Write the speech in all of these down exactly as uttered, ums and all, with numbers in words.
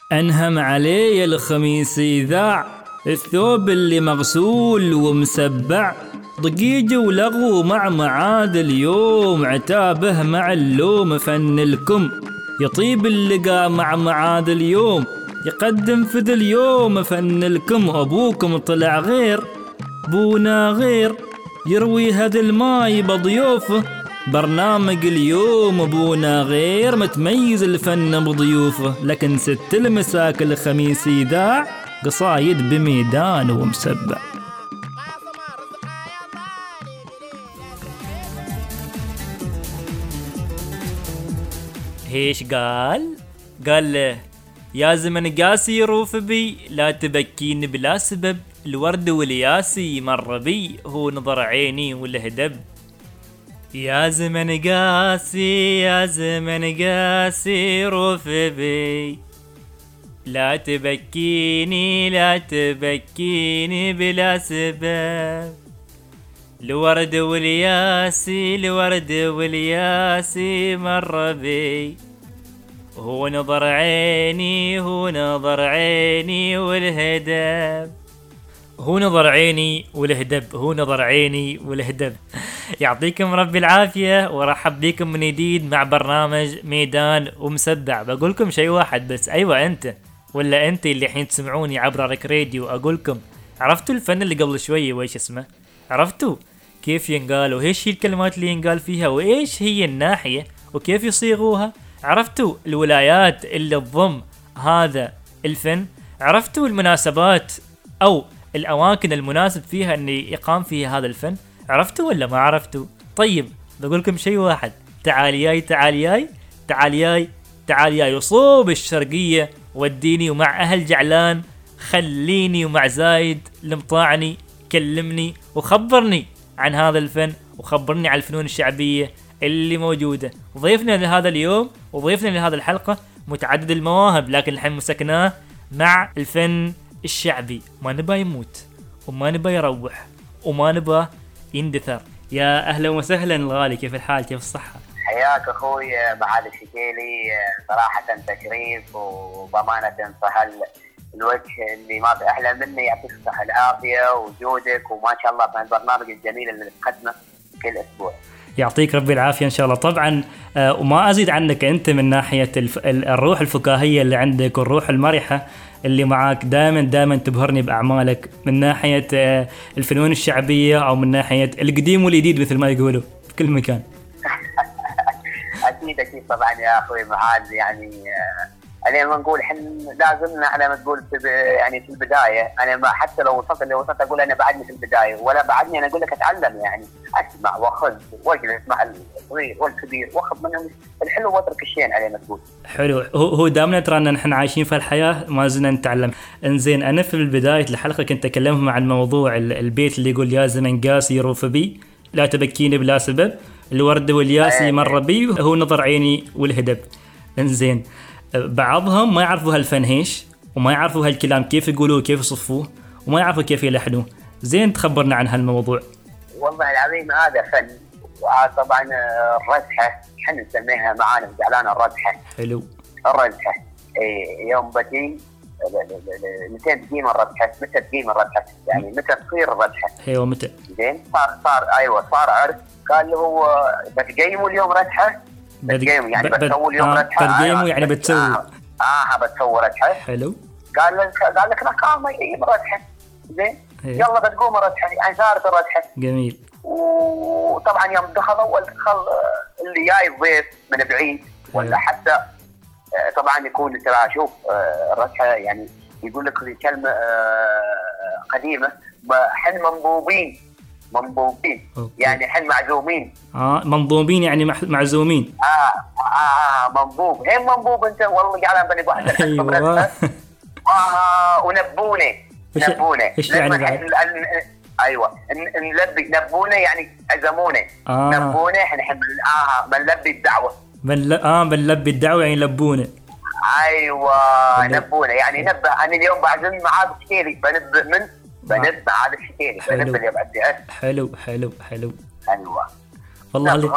أنهم علي الخميس يذاع الثوب اللي مغسول ومسبع، ضجيج ولغو مع معاد اليوم، عتابه مع اللوم فن الكم، يطيب اللقاء مع معاد اليوم، يقدم في ذا اليوم فن الكم. أبوكم طلع غير بونا غير، يروي هذا الماي بضيوفه، برنامج اليوم ابونا غير، متميز الفن بضيوفه، لكن ست المساك الخميس يذاع قصايد بميدان ومسبع. هيش قال؟ قال له يا زمن قاسي روف بي، لا تبكين بلا سبب، الورد والياسي مر بي، هو نظر عيني والهدب. يا زمن قاسي يا زمن قاسي روف بي، لا تبكيني لا تبكيني بلا سبب، الورد والياسي الورد والياسي مر بي، هو نظر عيني هو نظر عيني والهدب، هو نظر عيني والهدب هو نظر عيني والهدب. يعطيكم ربي العافية ورحب بكم من جديد مع برنامج ميدان ومسبع. بقولكم شيء واحد بس، أيوة أنت ولا أنت اللي حين تسمعوني عبر رك راديو، أقولكم عرفتوا الفن اللي قبل شوية وإيش اسمه؟ عرفتوا كيف ينقال وإيش هي الكلمات اللي ينقال فيها وإيش هي الناحية وكيف يصيغوها؟ عرفتوا الولايات اللي تضم هذا الفن؟ عرفتوا المناسبات أو الأماكن المناسب فيها أن يقام فيها هذا الفن؟ عرفتوا ولا ما عرفتوا؟ طيب بقولكم شيء واحد، تعالياي تعالياي تعالياي تعالياي وصوب الشرقية وديني ومع أهل جعلان، خليني ومع زايد المطاعني، كلمني وخبرني عن هذا الفن وخبرني عن الفنون الشعبية اللي موجودة. وضيفنا لهذا اليوم وضيفنا لهذا الحلقة متعدد المواهب، لكن الحين مسكناه مع الفن الشعبي، ما نبى يموت وما نبى يروح وما نبى يندثر. يا أهلا وسهلا الغالي، كيف الحال؟ كيف الصحة؟ حياك أخوي معالي الشكيلي، صراحة تشريف وضمانة سهل الوجه اللي ما بأحلى مني، يعطيك الصحة العافية وجودك وما شاء الله بهالبرنامج الجميل اللي نقدمه كل أسبوع. يعطيك ربي العافية إن شاء الله. طبعا آه وما أزيد عنك أنت من ناحية الف... الروح الفكاهية اللي عندك والروح المرحة اللي معاك، دائما دائما تبهرني بأعمالك من ناحية آه الفنون الشعبية أو من ناحية القديم والجديد مثل ما يقولوا في كل مكان. أكيد أكيد طبعا يا أخوي معاذ، يعني آه أنا ما نقول حن لازمنا على ما تقول في يعني في البداية، أنا ما حتى لو وصلت اللي وصلت أقول أنا بعدني في البداية ولا بعدني، أنا أقول لك أتعلم، يعني أسمع وأخذ وأجلس مع الصغير والكبير وأخذ منهم الحلو وأترك الشين على ما تقول. حلو، هو هو دامنا ترانا نحن عايشين في الحياة ما زلنا نتعلم. إنزين أنا في بداية الحلقة كنت أكلمهم عن موضوع البيت اللي يقول يا زمن قاسي يروف بي، لا تبكيني بلا سبب، الورد والياسي مر بي، هو نظر عيني والهدب. إنزين بعضهم ما يعرفوا هالفن هيش وما يعرفوا هالكلام كيف يقولوه كيف يصفوه وما يعرفوا كيف يلحنوه. زين تخبرنا عن هالموضوع. والله العظيم هذا فن، وطبعا الردحة احنا نسميها معانا جعلان الردحة. حلو الردحة اي يوم بدي متى تقيم الردحة، متى تقيم الردحة يعني متى تصير الردحة؟ ايوه متى؟ زين صار صار ايوه صار عرض، قال له هو بتقيموا اليوم ردحة، بتقيموا يعني بتسوي اليوم آه ردحة، بتقيموا يعني بتسوي اه, آه بتسوي ردحة. حلو. قال لك قال لك نقام ما يقيم الردحة. زين يلا بتقوم الردحة، يعني صارت الردحة. جميل. وطبعا يوم دخلوا والدخل اللي جاي الضيف من بعيد ولا حتى طبعا يكون ترى شوف الردحة يعني يقول لك كلمة قديمة، حن منبوبين منبوبين يعني حن معزومين. اه منظومين يعني معزومين. اه اه منبوب، هي منبوب انت والله جعلان بني واحد. ايوه اه ونبونه نبونه ايش يعني بعد؟ ايوه نلبي نبونه يعني عزمونه. آه. نبونه احنا اه بنلبي الدعوه بنل... اه بنلبي الدعوه يعني لبونه. ايوه نبونه يعني نبه. انا اليوم بعزم معاذ الشكيلي بنب من بنب معاذ الشكيلي بنب اللي بعدي. حلو حلو حلو. ايوه والله هل...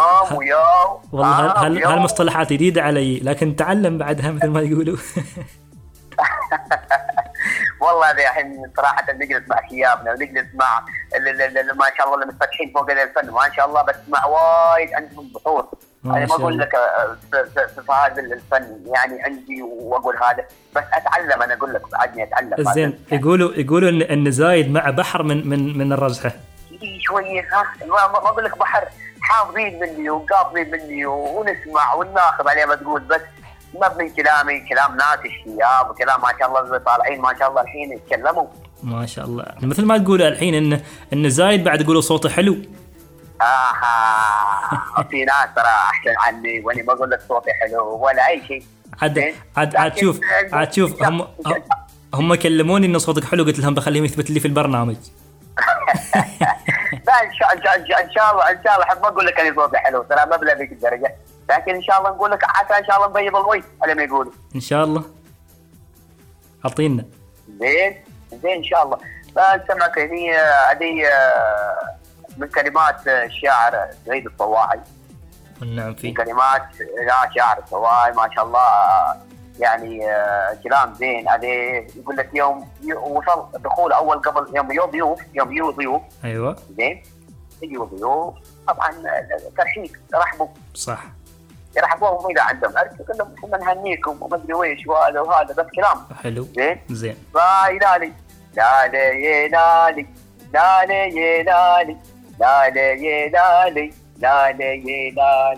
والله هل... هل... هالمصطلحات جديدة علي لكن تعلم بعدها مثل ما يقولوا. والله ذي الحين صراحة نجلس مع شيابنا ونجلس مع ما شاء الله اللي متفتحين فوق الفن ما شاء الله، بسمع وايد عندهم بحور. أنا ما أقول لك في هذا الفن يعني عندي وأقول هذا، بس أتعلم. أنا أقول لك بعدني أتعلم. زين يقولوا يقولوا إن إن زايد مع بحر من من من الرزحة. شوية ها ما ما أقول لك بحر، حافظين مني وقابلين مني ونسمع وناخذ عليه ما تقول، بس ما من كلامي كلام ناس الشياب وكلام ما شاء الله طالعين ما شاء الله الحين يتكلموا ما شاء الله. مثل ما تقول الحين إن إن زايد بعد يقولوا صوته حلو. آه في ناس ترى أحسن عني وأنا ما أقول لك صوتي حلو ولا أي شيء. عاد عاد عاد شوف عاد شوف هم هم كلموني إن صوتك حلو، قلت لهم بخليهم يثبت لي في البرنامج. لا إن شاء الله إن شاء الله إن شاء الله حب ما أقول لك أنا صوتي حلو ترى ما بلا ذيك الدرجة، لكن إن شاء الله نقول لك حتى إن شاء الله نبيض الوجه على ما يقولوا. إن شاء الله أعطينا. زين زين إن شاء الله. فسمعك هني هذه من كلمات الشاعر زهيد الطواعي. نعم في كلمات لا شاعر الطواعي ما شاء الله يعني كلام زين. هذا يقول لك يوم وصل دخول أول قبل يوم يوم ضيوف يوم يو ضيوف. أيوة زين يجوا ضيوف طبعا ترحيب رحبوا صح يرحبوهم إذا عندهم أرسل كلهم إحنا نهنيكم وما أدري ويش وهذا وهذا بس كلام حلو زين زين. فايلالي لالي لالي لالي لالي لالي لالي لالي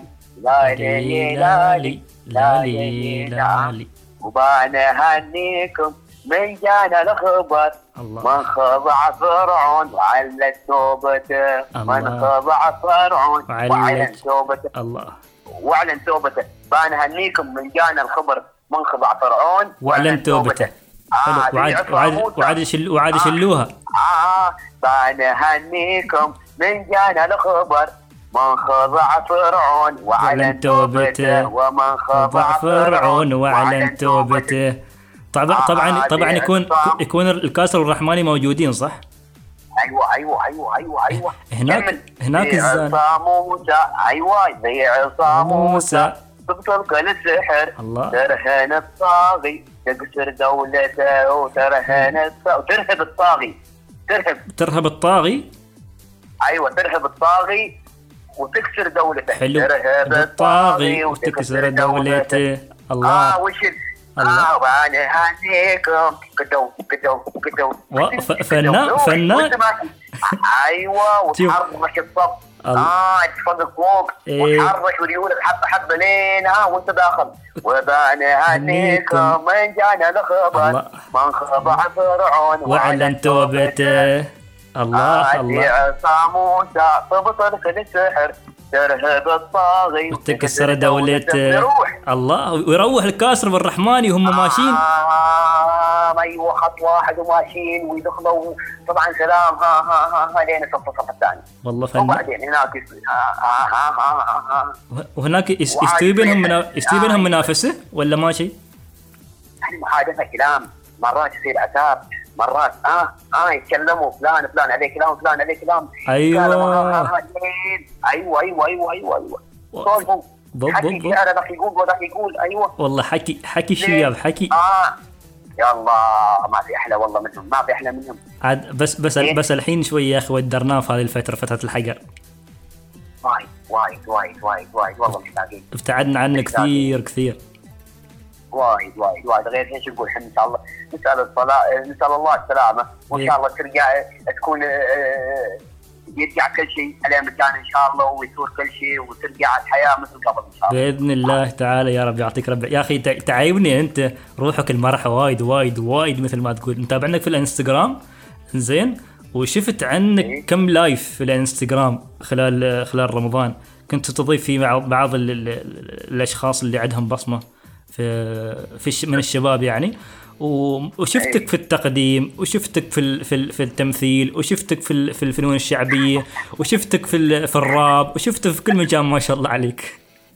لالي لالي لالي لالي وبانا هنيكم من جانا الخبر من خضع فرعون وعلت توبته من خضع فرعون وعلن توبته الله وعلن توبته. بانا هنيكم من جانا الخبر من خضع فرعون وعلن توبته. آه وعاد وعاد وعاد شل وعاد شلوها. اه بانا هنيكم من جانا الخبر من خضع فرعون وعلن توبته ومن خضع فرعون وعلن توبته. طبعا طبعا طبعا يكون يكون الكاسر والرحماني موجودين صح؟ ايوه ايوه ايوه ايوه ايوه هناك هناك الزان موسى. ايوه زي عصا موسى تبطل كل السحر ترهن الطاغي تكسر دولته وترهن وترهب الطاغي ترهب ترهب الطاغي. ايوه ترهب الطاغي وتكسر دولته. ترهب الطاغي وتكسر دولته. الله اه وش الله وانا هنيكم كدو كدو كدو فنان فنان. ايوه وتحرك الصف اه تفضل فوق وتحرك وريولك حبه حبه لين ها وانت داخل. وبانا هنيكم من جانا الخبر من خضع فرعون وعلن توبته. الله الله عصا موسى تبطل كل السحر ترهب الطاغي وتكسر دولته. الله ويروح الكاسر والرحماني وهم ماشيين. آه ايوه خط واحد وماشيين ويدخلوا طبعا سلام ها ها ها لين الصف الصف الثاني. والله فن. وبعدين هناك ها ها ها ها وهناك يستوي بينهم يستوي بينهم منافسه ولا ماشي؟ يعني محادثه كلام مرات يصير عتاب مرات اه اه يتكلموا فلان فلان عليه كلام فلان عليه كلام. ايوه ايوه ايوه ايوه ايوه ايوه صوفوا حكي شعر ذاك يقول وذاك يقول. ايوه والله حكي حكي شياب حكي. اه يا الله ما في احلى والله منهم ما في احلى منهم عاد. بس بس إيه؟ بس الحين شوي يا اخي ودرناه في هذه الفتره فتره الحجر وايد وايد وايد وايد وايد والله محتاجين ابتعدنا عنه كثير كثير وايد وايد وايد. غير ايش نقول احنا ان شاء الله نسال الصلاه نسال الله السلامه وان شاء الله ترجع تكون يرجع كل شيء على مكان ان شاء الله ويصير كل شيء وترجع الحياه مثل قبل ان شاء الله باذن الله تعالى. يا رب يعطيك رب. يا اخي تعيبني انت روحك المرح وايد وايد وايد مثل ما تقول. متابعنك في الانستغرام زين وشفت عنك إيه؟ كم لايف في الانستغرام خلال خلال رمضان كنت تضيف فيه مع بعض الاشخاص اللي عندهم بصمه في في من الشباب يعني. وشفتك في التقديم وشفتك في في في التمثيل وشفتك في في الفنون الشعبيه وشفتك في في الراب وشفتك في كل مجال ما شاء الله عليك.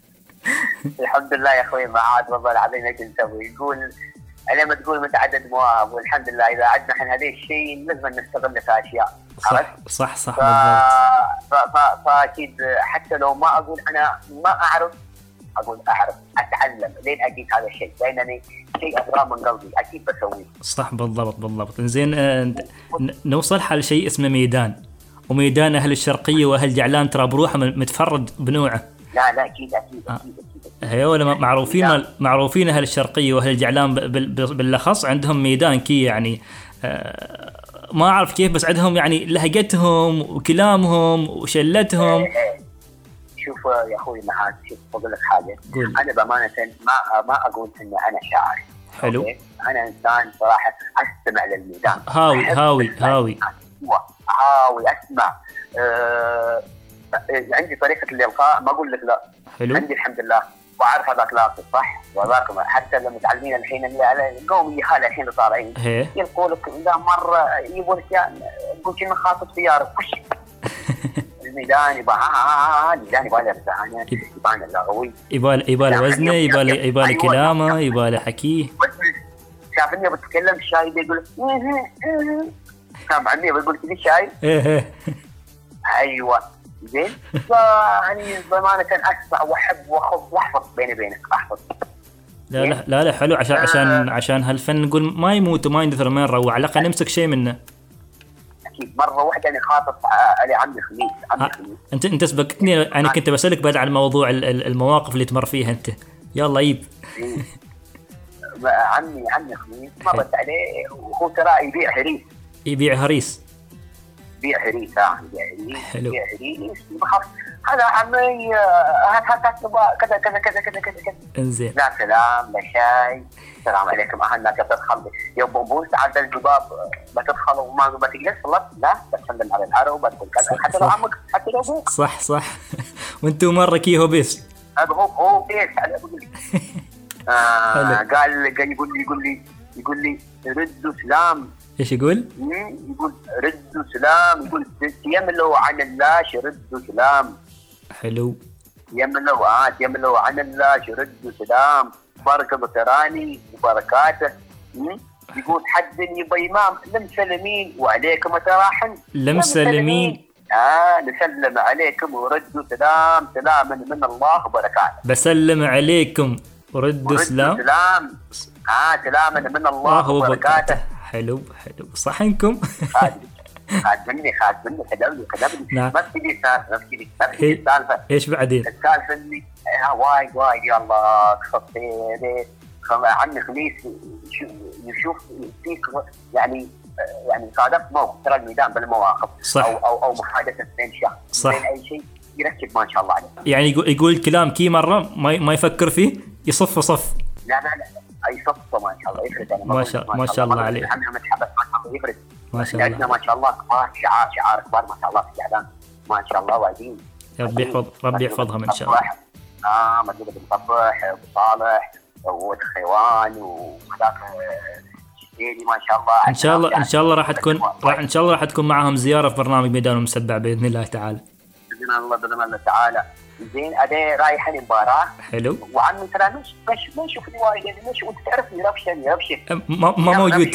الحمد لله يا اخوي ما عاد والله العظيم ايش نسوي. يقول لما تقول متعدد مواهب والحمد لله اذا عندنا احنا هذا الشيء لازم نستغله في اشياء. صح صح صح بالضبط. فاكيد حتى لو ما اقول انا ما اعرف اقول اعرف اتعلم لين اجيك هذا الشيء، لانني شيء ابغاه من قلبي اكيد بسويه. صح بالضبط بالضبط. زين آه نوصل حال شيء اسمه ميدان، وميدان اهل الشرقيه واهل جعلان ترى بروحه متفرد بنوعه. لا لا اكيد اكيد آه. اكيد, أكيد. هيول معروفين معروفين اهل الشرقيه واهل الجعلان بالاخص عندهم ميدان كي يعني آه ما اعرف كيف، بس عندهم يعني لهجتهم وكلامهم وشلتهم. شوف يا اخوي نحاس، شوف بقول لك حاجه. قول. انا بامانه ما ما اقول ان انا شاعر. حلو. انا انسان صراحه استمع للميدان، هاوي هاوي هاوي هاوي اسمع. أه... عندي طريقه الالقاء، ما اقول لك لا. حلو. عندي الحمد لله وعارف هذاك لاقي صح وذاك، حتى المتعلمين الحين اللي على قومي هذا الحين طالعين يلقوا لك لا مره يبون يقول كلمه خاطب سياره وش الميدان يبغى ها الميدان يبغى له رزانه، يبغى له لغوي، يبغى يبغى له وزنه، يبغى له يبغى له كلامه، يبغى له حكيه. شافني بتكلم شاي بيقول سامع عني بقول كذي شاي. ايوه زين. يعني بمعنى كان اسمع واحب واخذ واحفظ بيني وبينك احفظ. لا لا لا لا حلو، عشان عشان عشان هالفن نقول ما يموت وما يندثر ما ينروع، على الاقل نمسك شيء منه. اكيد. مره واحده انا خاطب علي عمي خميس عمي خميس. انت انت سبقتني، انا كنت بسالك بعد عن موضوع المواقف اللي تمر فيها انت. يلا يب. عمي عمي خميس مرت عليه وهو ترى يبيع هريس. يبيع هريس يبيع هريس اه يبيع هريس حلو. يبيع هريس هذا عمي هات هات هات كذا كذا كذا كذا كذا كذا. انزين. لا سلام لا شاي، السلام عليكم اهلنا تدخل يا بوبوس على الجباب ما تدخل وما ما تجلس لا لا تسلم على العرب وتقول كذا حتى لو عمك حتى لو ابوك. صح صح. وانتم مره كي هو بيس هذا هو هو بيس على بقول لي آه قال قال يقول لي يقول لي يقول لي ردوا سلام. ايش يقول؟ يقول ردوا سلام، يقول يملوا عن الله ردوا سلام. حلو. يملوا اه يملوا عن الله ردوا سلام، بركه بتراني وبركاته. يقول حد يبى امام لمسلمين وعليكم تراحم لمسلمين اه نسلم عليكم وردوا سلام، سلاما من الله وبركاته. بسلم عليكم وردوا سلام سلام اه سلاما من الله وبركاته. حلو حلو. صحنكم. خاد مني خاد مني خدمني خدمني ما تجي سالفه ما تجي ما تجي سالفه. ايش بعدين؟ السالفه اللي وايد وايد يلا قصتي عمي خميس يشوف فيك يعني يعني صادفت موقف ترى الميدان بالمواقف صح. او او او محادثه بين شخص بين اي شيء يركب ما شاء الله عليه. يعني يقول يقول كلام كي مره ما ما يفكر فيه يصف صف. لا لا لا اي صف ما شاء الله يفرد. انا ما شاء ما شاء الله عليه. عمي متحبس ما شاء الله يفرد ما شاء الله. ما شاء الله كبار شعار شعار كبار ما شاء الله في الإعلام ما شاء الله وايدين. ربي يحفظ ربي يحفظهم ان شاء الله. اه مدلوب بن صبح ابو صالح وخيوان وهذاك شيلي ما شاء الله. ان شاء الله ان شاء الله راح تكون راح ان شاء الله راح تكون معهم زياره في برنامج ميدان المسبع باذن الله تعالى. باذن الله باذن الله تعالى. زين انا رايح المباراه. حلو. وعمي ترى مش مش ما يشوفني وايد يعني مش وانت تعرفني ربشني ربشه ما ما موجود.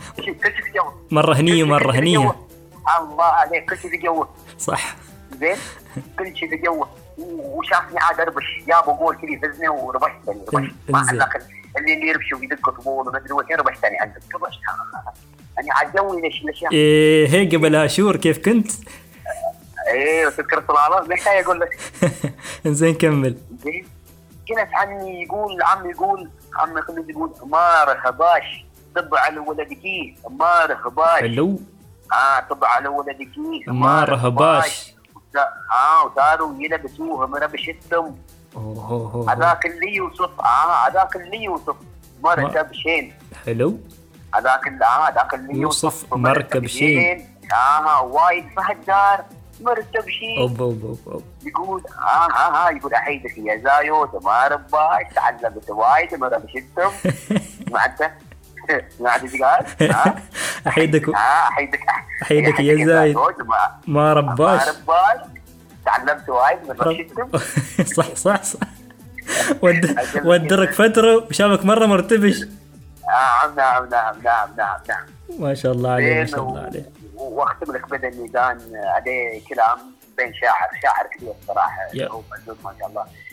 مره هنيه مره هنيه. الله عليك كل شيء في جوه. صح. زين كل شيء في جوه وشافني عاد اربش يا ابو قول كذي فزني وربشتني ربشت ما علاقه اللي اللي يربشوا ويدقوا طبول وما ادري وين ربشتني عندك ربشت يعني عاد جوي ليش ليش ايه هيك قبل اشهر كيف كنت؟ ايه وتذكر طلالة ليش هاي اقول لك. زين كمل. زين كنت عمي يقول عمي يقول عمي خليل يقول ما رخباش طبع على ولدكي ما رخباش. حلو. اه طبع على ولدكي ما رخباش. اه وصاروا يلبسوها مربشتهم. اوه هذاك اللي يوصف اه هذاك اللي يوصف مركب شين. حلو. هذاك اللي اه هذاك اللي يوصف مركب شين. اه وايد فهد دار مركب شين. اوب اوب اوب يقول اه ها ها يقول احيدك يا زايد ما رباش تعلمت وايد مربشتهم. ما انت ما عاد قال ها احيدك اه احيدك احيدك يا زايد ما رباش ما رباش تعلمت وايد مربشتهم. صح صح صح. ود ودرك فتره وشافك مره مرتبش. نعم نعم نعم نعم نعم نعم. ما شاء الله عليه ما شاء الله عليه. واختم لك بدا الميدان عليه كلام بين شاعر شاعر كبير صراحه هو مجنون ما شاء الله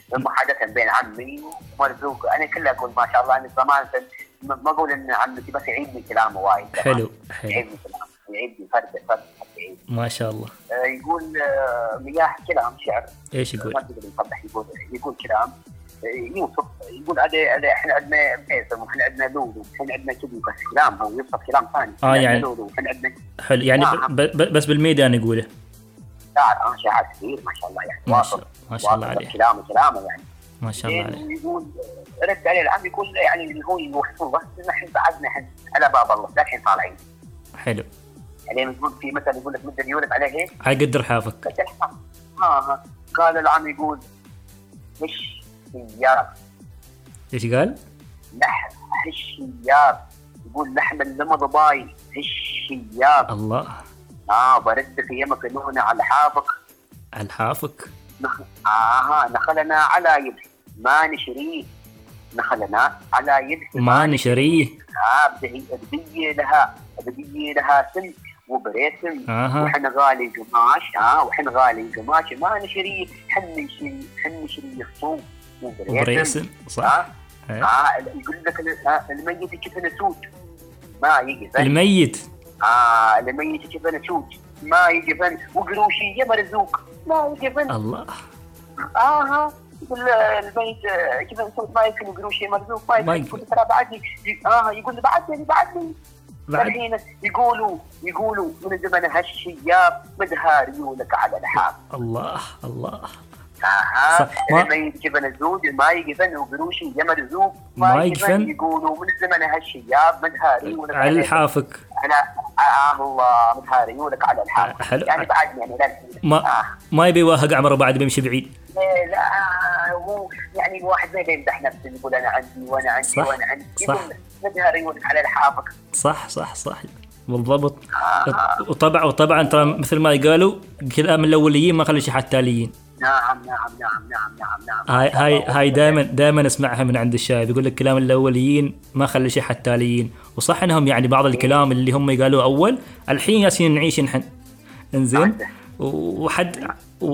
محادثة بين عمي ومرزوق. أنا كله أقول ما شاء الله، أنا زمان ما أقول إن عمتي بس يعيدني كلامه وايد. حلو حلو. يعيدني كلامه، يعيدني فرد فرد يعيد. ما شاء الله. آه يقول آه مياه كلام شعر. إيش يقول؟ ما تقدر نصبح. يقول يقول كلام يوصف. يقول هذا هذا إحنا عندنا بيسم وإحنا عندنا لولو وإحنا عندنا كذي، بس كلام هو يوصف كلام ثاني. آه يعني لولو وإحنا عندنا. حلو يعني ب ب بس بالميدان يقوله. شاعر آه شاعر كبير ما شاء الله يعني. ما شاء ما شاء الله عليه. كلامه كلامه يعني. ما شاء الله عليه. يقول رد عليه العم يقول يعني اللي هو يوحفون بس نحن بعدنا حن على باب الله لكن طالعين. حلو. يعني يقول في مثل يقول لك مد ريولك عليه هيك. على قد رحافك. ها ها. قال العم يقول هش سيار. ايش قال؟ لحم هش سيار. يقول لحم اللمض باي هش سيار. الله. اه برد في يمك نهنا على حافك. على حافك. نخ... آه نخلنا على يد ما نشريه. نخلنا على يد ما نشريه. آه بدي لها بدي لها سن وبريسم. آه. وحنا غالي قماش. اه وحنا غالي قماش ما نشريه. حن نشري حن نشري الصوف وبريسم. وبريسم صح. آه. آه. يقول لك الميت كيف نسود ما يجي فن. الميت اه الميت كيف نسود ما يجي فن. وقروشي يا مرزوق ما يجي فن. الله. اه يقول البيت كيف نسوي ما يمكن يقولوا شيء مرزوق ما يمكن. يقول ترى بعدني اه يقول بعدني بعدني الحين يقولوا يقولوا من زمن هالشياب مدها ريولك على الحاب. الله الله. اها ما يجيبن الزوج ما يجيبن وقروشي يا مرزوق ما يجيبن. يقولوا من زمن هالشياب مدها ريولك على الحافك. على اه الله مدها ريولك على الحاب. يعني بعدني يعني لا ما آه. ما يبي واهق عمره بعد بيمشي بعيد. لا هو يعني الواحد ما يمدح نفسه يقول انا عندي وانا عندي صح. وانا عندي. صح. مدها ريولك على الحافك. صح صح صح بالضبط. آه. وطبعا وطبعا ترى مثل ما قالوا كلام الاوليين ما خلوا شي حتى التاليين. نعم نعم نعم نعم نعم نعم. هاي هاي هاي دائما دائما اسمعها من عند الشايب يقول لك كلام الاوليين ما خلوا شي حتى التاليين. وصح انهم يعني بعض الكلام اللي هم قالوه اول الحين ياسين نعيش نحن. انزين وحد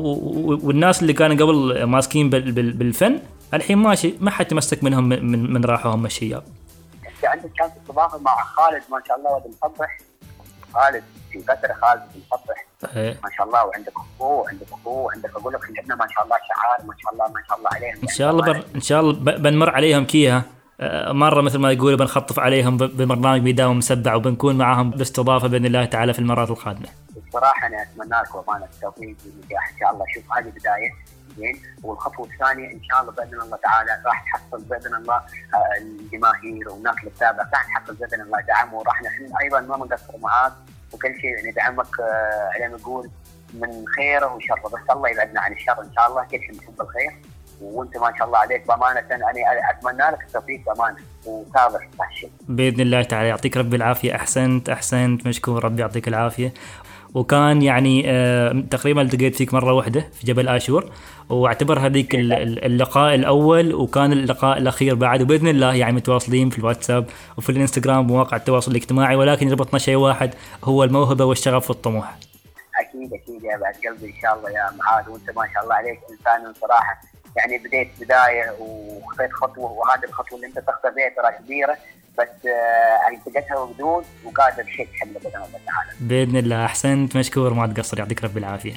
والناس اللي كانوا قبل ماسكين بالفن الحين ماشي ما حد تمسك منهم من من راحهم الشياب. انت عندك كانت استضافه مع خالد ما شاء الله ولد مصبح. خالد في فتره خالد مصبح ما شاء الله. وعندك اخوه عندك اخوه عندك اقول لك عندنا ما شاء الله شعار ما شاء الله ما شاء الله عليهم. ان شاء الله بر... ان شاء الله بنمر عليهم كيها مره مثل ما يقولوا بنخطف عليهم ببرنامج ميدان مسبع وبنكون معاهم باستضافه باذن الله تعالى في المرات القادمه. بصراحه انا اتمنى لكم امانه التوفيق والنجاح ان شاء الله. شوف هذه بدايه زين والخطوه الثانيه ان شاء الله باذن الله تعالى راح تحصل باذن الله الجماهير والناس اللي تتابع راح تحصل باذن الله دعم. وراح نحن ايضا ما نقصر معاك وكل شيء ندعمك على ما نقول من خير وشر. بس الله يبعدنا عن الشر ان شاء الله. كل شيء نحب الخير وانت ما شاء الله عليك بامانه. انا اتمنى لك التوفيق بامانه وتابع هالشيء باذن الله تعالى. يعطيك ربي العافيه. احسنت احسنت مشكور ربي يعطيك العافيه. وكان يعني آه تقريبا التقيت فيك مره واحده في جبل آشور واعتبر هذيك اللقاء الاول وكان اللقاء الاخير بعد. وباذن الله يعني متواصلين في الواتساب وفي الانستغرام ومواقع التواصل الاجتماعي ولكن يربطنا شيء واحد هو الموهبه والشغف والطموح. اكيد اكيد يا بعد قلبي ان شاء الله يا معاذ. وانت ما شاء الله عليك انسان صراحه يعني بديت بدايه وخطيت خطوه وهذه الخطوه اللي انت تاخذها بها ترى كبيره بس يعني تجتها وجدود وقادر شيء حمله باذن الله تعالى. باذن الله. احسنت مشكور ما تقصر. يعطيك رب العافيه.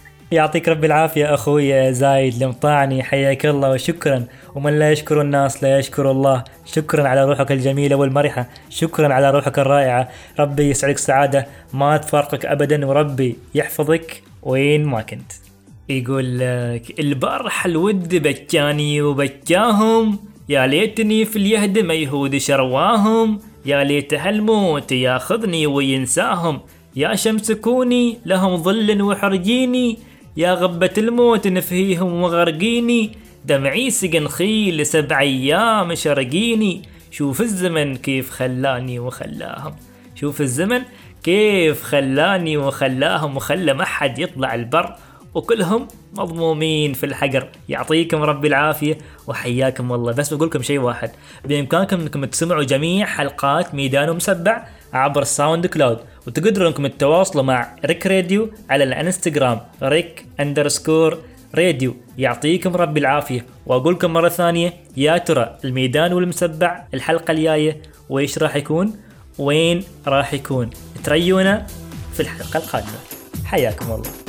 يعطيك رب العافيه اخوي زايد المطاعني حياك الله وشكرا. ومن لا يشكر الناس لا يشكر الله. شكرا على روحك الجميله والمرحه. شكرا على روحك الرائعه. ربي يسعدك سعاده ما تفارقك ابدا وربي يحفظك وين ما كنت. يقول لك البارح الود بكاني وبكاهم يا ليتني في اليهد ما يهود شرواهم. يا ليت هالموت ياخذني وينساهم. يا شمس كوني لهم ظل وحرجيني. يا غبة الموت نفهيهم وغرقيني. دمعي سقن خيل سبع ايام شرقيني. شوف الزمن كيف خلاني وخلاهم. شوف الزمن كيف خلاني وخلاهم وخلى ما حد يطلع البر وكلهم مضمومين في الحجر. يعطيكم ربي العافية وحياكم والله. بس بقول لكم شيء واحد بإمكانكم أنكم تسمعوا جميع حلقات ميدان مسبع عبر الساوند كلاود وتقدروا أنكم تتواصلوا مع ريك راديو على الانستغرام ريك اندرسكور راديو. يعطيكم رب العافية، وأقول لكم مرة ثانية، يا ترى الميدان والمسبع الحلقة الجاية وإيش راح يكون، وين راح يكون؟ تريونا في الحلقة القادمة. حياكم الله.